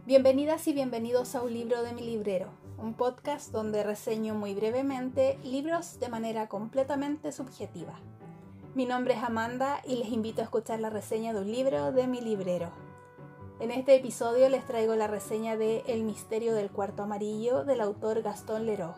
Bienvenidas y bienvenidos a Un libro de mi librero, un podcast donde reseño muy brevemente libros de manera completamente subjetiva. Mi nombre es Amanda y les invito a escuchar la reseña de un libro de mi librero. En este episodio les traigo la reseña de El misterio del cuarto amarillo del autor Gaston Leroux.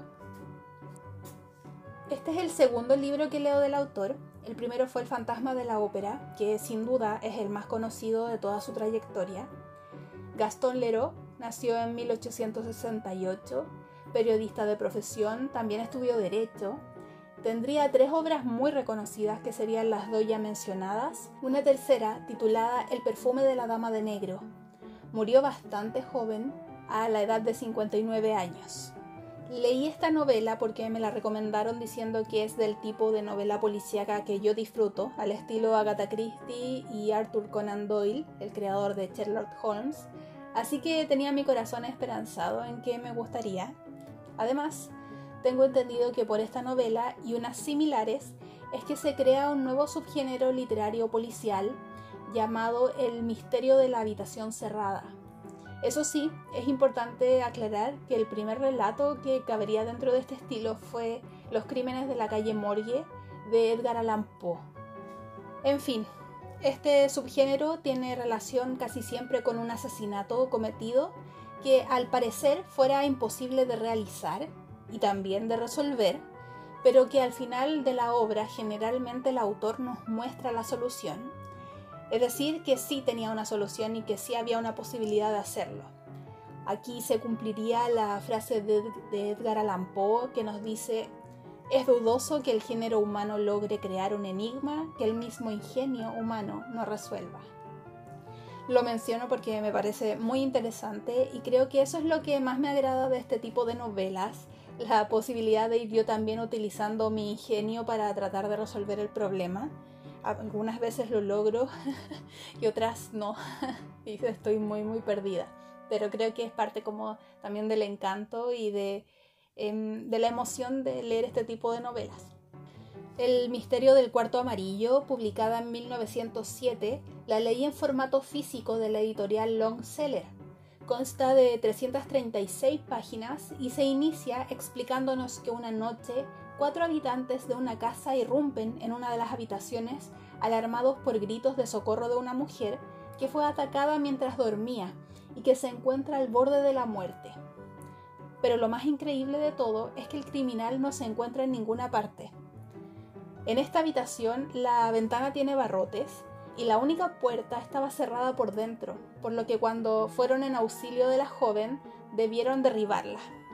Este es el segundo libro que leo del autor. El primero fue El fantasma de la ópera, que sin duda es el más conocido de toda su trayectoria. Gaston Leroux nació en 1868, periodista de profesión, también estudió Derecho. Tendría 3 obras muy reconocidas que serían las dos ya mencionadas, una tercera titulada El perfume de la dama de negro. Murió bastante joven, a la edad de 59 años. Leí esta novela porque me la recomendaron diciendo que es del tipo de novela policíaca que yo disfruto, al estilo Agatha Christie y Arthur Conan Doyle, el creador de Sherlock Holmes, así que tenía mi corazón esperanzado en que me gustaría. Además, tengo entendido que por esta novela y unas similares es que se crea un nuevo subgénero literario policial llamado el misterio de la habitación cerrada. Eso sí, es importante aclarar que el primer relato que cabería dentro de este estilo fue Los crímenes de la calle Morgue de Edgar Allan Poe. En fin, este subgénero tiene relación casi siempre con un asesinato cometido que al parecer fuera imposible de realizar y también de resolver, pero que al final de la obra generalmente el autor nos muestra la solución. Es decir, que sí tenía una solución y que sí había una posibilidad de hacerlo. Aquí se cumpliría la frase de Edgar Allan Poe que nos dice: es dudoso que el género humano logre crear un enigma que el mismo ingenio humano no resuelva. Lo menciono porque me parece muy interesante y creo que eso es lo que más me agrada de este tipo de novelas, la posibilidad de ir yo también utilizando mi ingenio para tratar de resolver el problema. Algunas veces lo logro y otras no, y estoy muy perdida, pero creo que es parte como también del encanto y de la emoción de leer este tipo de novelas. El misterio del cuarto amarillo, publicada en 1907, la leí en formato físico de la editorial Long Seller. Consta de 336 páginas y se inicia explicándonos que una noche 4 habitantes de una casa irrumpen en una de las habitaciones alarmados por gritos de socorro de una mujer que fue atacada mientras dormía y que se encuentra al borde de la muerte. Pero lo más increíble de todo es que el criminal no se encuentra en ninguna parte. En esta habitación la ventana tiene barrotes y la única puerta estaba cerrada por dentro, por lo que cuando fueron en auxilio de la joven debieron derribarla.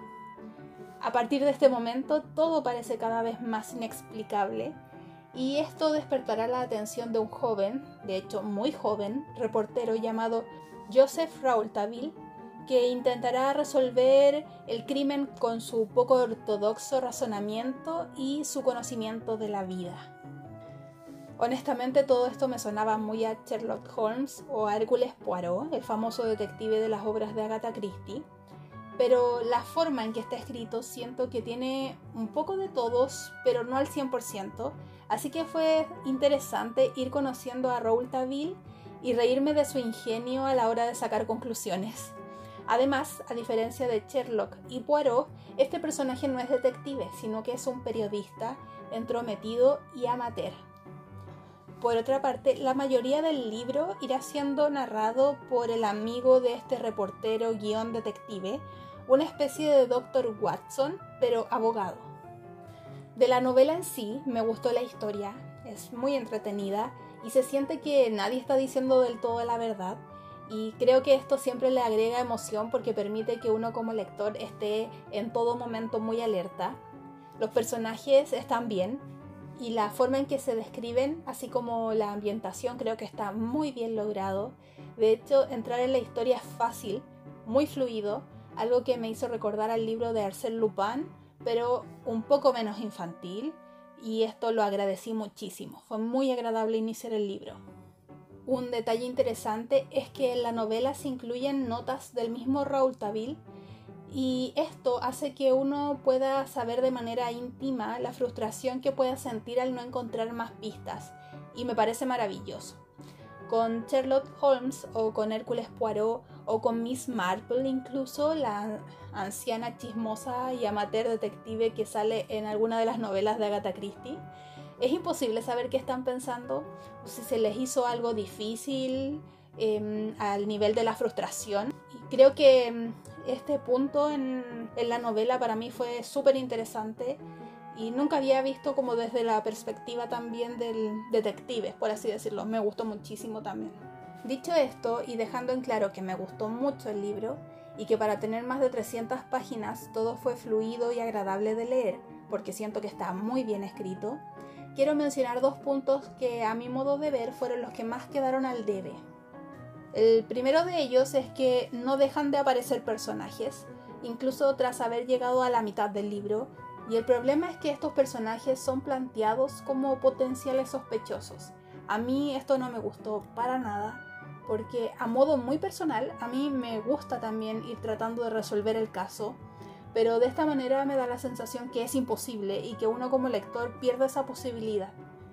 A partir de este momento todo parece cada vez más inexplicable y esto despertará la atención de un joven, de hecho muy joven, reportero llamado Joseph Rouletabille, que intentará resolver el crimen con su poco ortodoxo razonamiento y su conocimiento de la vida. Honestamente todo esto me sonaba muy a Sherlock Holmes o a Hércules Poirot, el famoso detective de las obras de Agatha Christie, pero la forma en que está escrito siento que tiene un poco de todos, pero no al 100%, así que fue interesante ir conociendo a Rouletabille y reírme de su ingenio a la hora de sacar conclusiones. Además, a diferencia de Sherlock y Poirot, este personaje no es detective, sino que es un periodista entrometido y amateur. Por otra parte, la mayoría del libro irá siendo narrado por el amigo de este reportero / detective, una especie de Dr. Watson, pero abogado. De la novela en sí, me gustó la historia, es muy entretenida y se siente que nadie está diciendo del todo la verdad, y creo que esto siempre le agrega emoción porque permite que uno como lector esté en todo momento muy alerta. Los personajes están bien y la forma en que se describen, así como la ambientación, creo que está muy bien logrado. De hecho, entrar en la historia es fácil, muy fluido, algo que me hizo recordar al libro de Arsène Lupin, pero un poco menos infantil, y esto lo agradecí muchísimo. Fue muy agradable iniciar el libro. Un detalle interesante es que en la novela se incluyen notas del mismo Rouletabille y esto hace que uno pueda saber de manera íntima la frustración que pueda sentir al no encontrar más pistas, y me parece maravilloso. Con Sherlock Holmes o con Hércules Poirot o con Miss Marple incluso, la anciana chismosa y amateur detective que sale en alguna de las novelas de Agatha Christie. Es imposible saber qué están pensando, o si se les hizo algo difícil al nivel de la frustración. Y creo que este punto en la novela para mí fue súper interesante y nunca había visto como desde la perspectiva también del detective, por así decirlo. Me gustó muchísimo también. Dicho esto, y dejando en claro que me gustó mucho el libro y que para tener más de 300 páginas todo fue fluido y agradable de leer, porque siento que está muy bien escrito, quiero mencionar 2 puntos que a mi modo de ver fueron los que más quedaron al debe. El primero de ellos es que no dejan de aparecer personajes, incluso tras haber llegado a la mitad del libro, y el problema es que estos personajes son planteados como potenciales sospechosos. A mí esto no me gustó para nada, porque a modo muy personal, a mí me gusta también ir tratando de resolver el caso, pero de esta manera me da la sensación que es imposible y que uno como lector pierde esa posibilidad.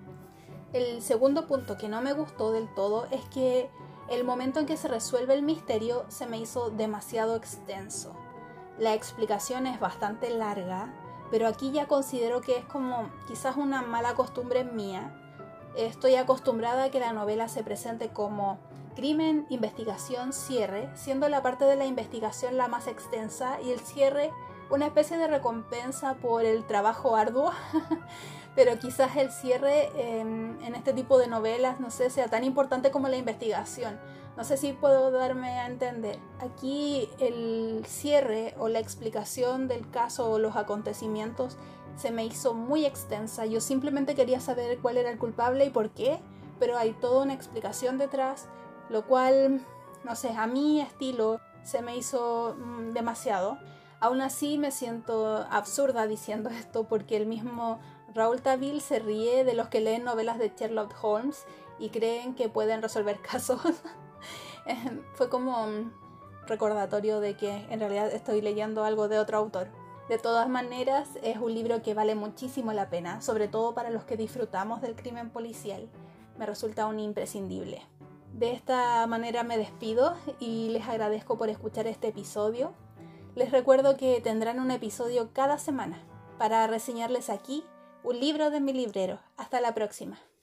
El segundo punto que no me gustó del todo es que el momento en que se resuelve el misterio se me hizo demasiado extenso. La explicación es bastante larga, pero aquí ya considero que es como quizás una mala costumbre mía. Estoy acostumbrada a que la novela se presente como crimen, investigación, cierre, siendo la parte de la investigación la más extensa y el cierre una especie de recompensa por el trabajo arduo. Pero quizás el cierre en este tipo de novelas, no sé, sea tan importante como la investigación. No sé si puedo darme a entender. Aquí el cierre o la explicación del caso o los acontecimientos se me hizo muy extensa. Yo simplemente quería saber cuál era el culpable y por qué, pero hay toda una explicación detrás, lo cual, no sé, a mi estilo se me hizo demasiado. Aún así me siento absurda diciendo esto porque el mismo Raoul Tavil se ríe de los que leen novelas de Sherlock Holmes y creen que pueden resolver casos. Fue como un recordatorio de que en realidad estoy leyendo algo de otro autor. De todas maneras, es un libro que vale muchísimo la pena, sobre todo para los que disfrutamos del crimen policial. Me resulta un imprescindible. De esta manera me despido y les agradezco por escuchar este episodio. Les recuerdo que tendrán un episodio cada semana para reseñarles aquí un libro de mi librero. Hasta la próxima.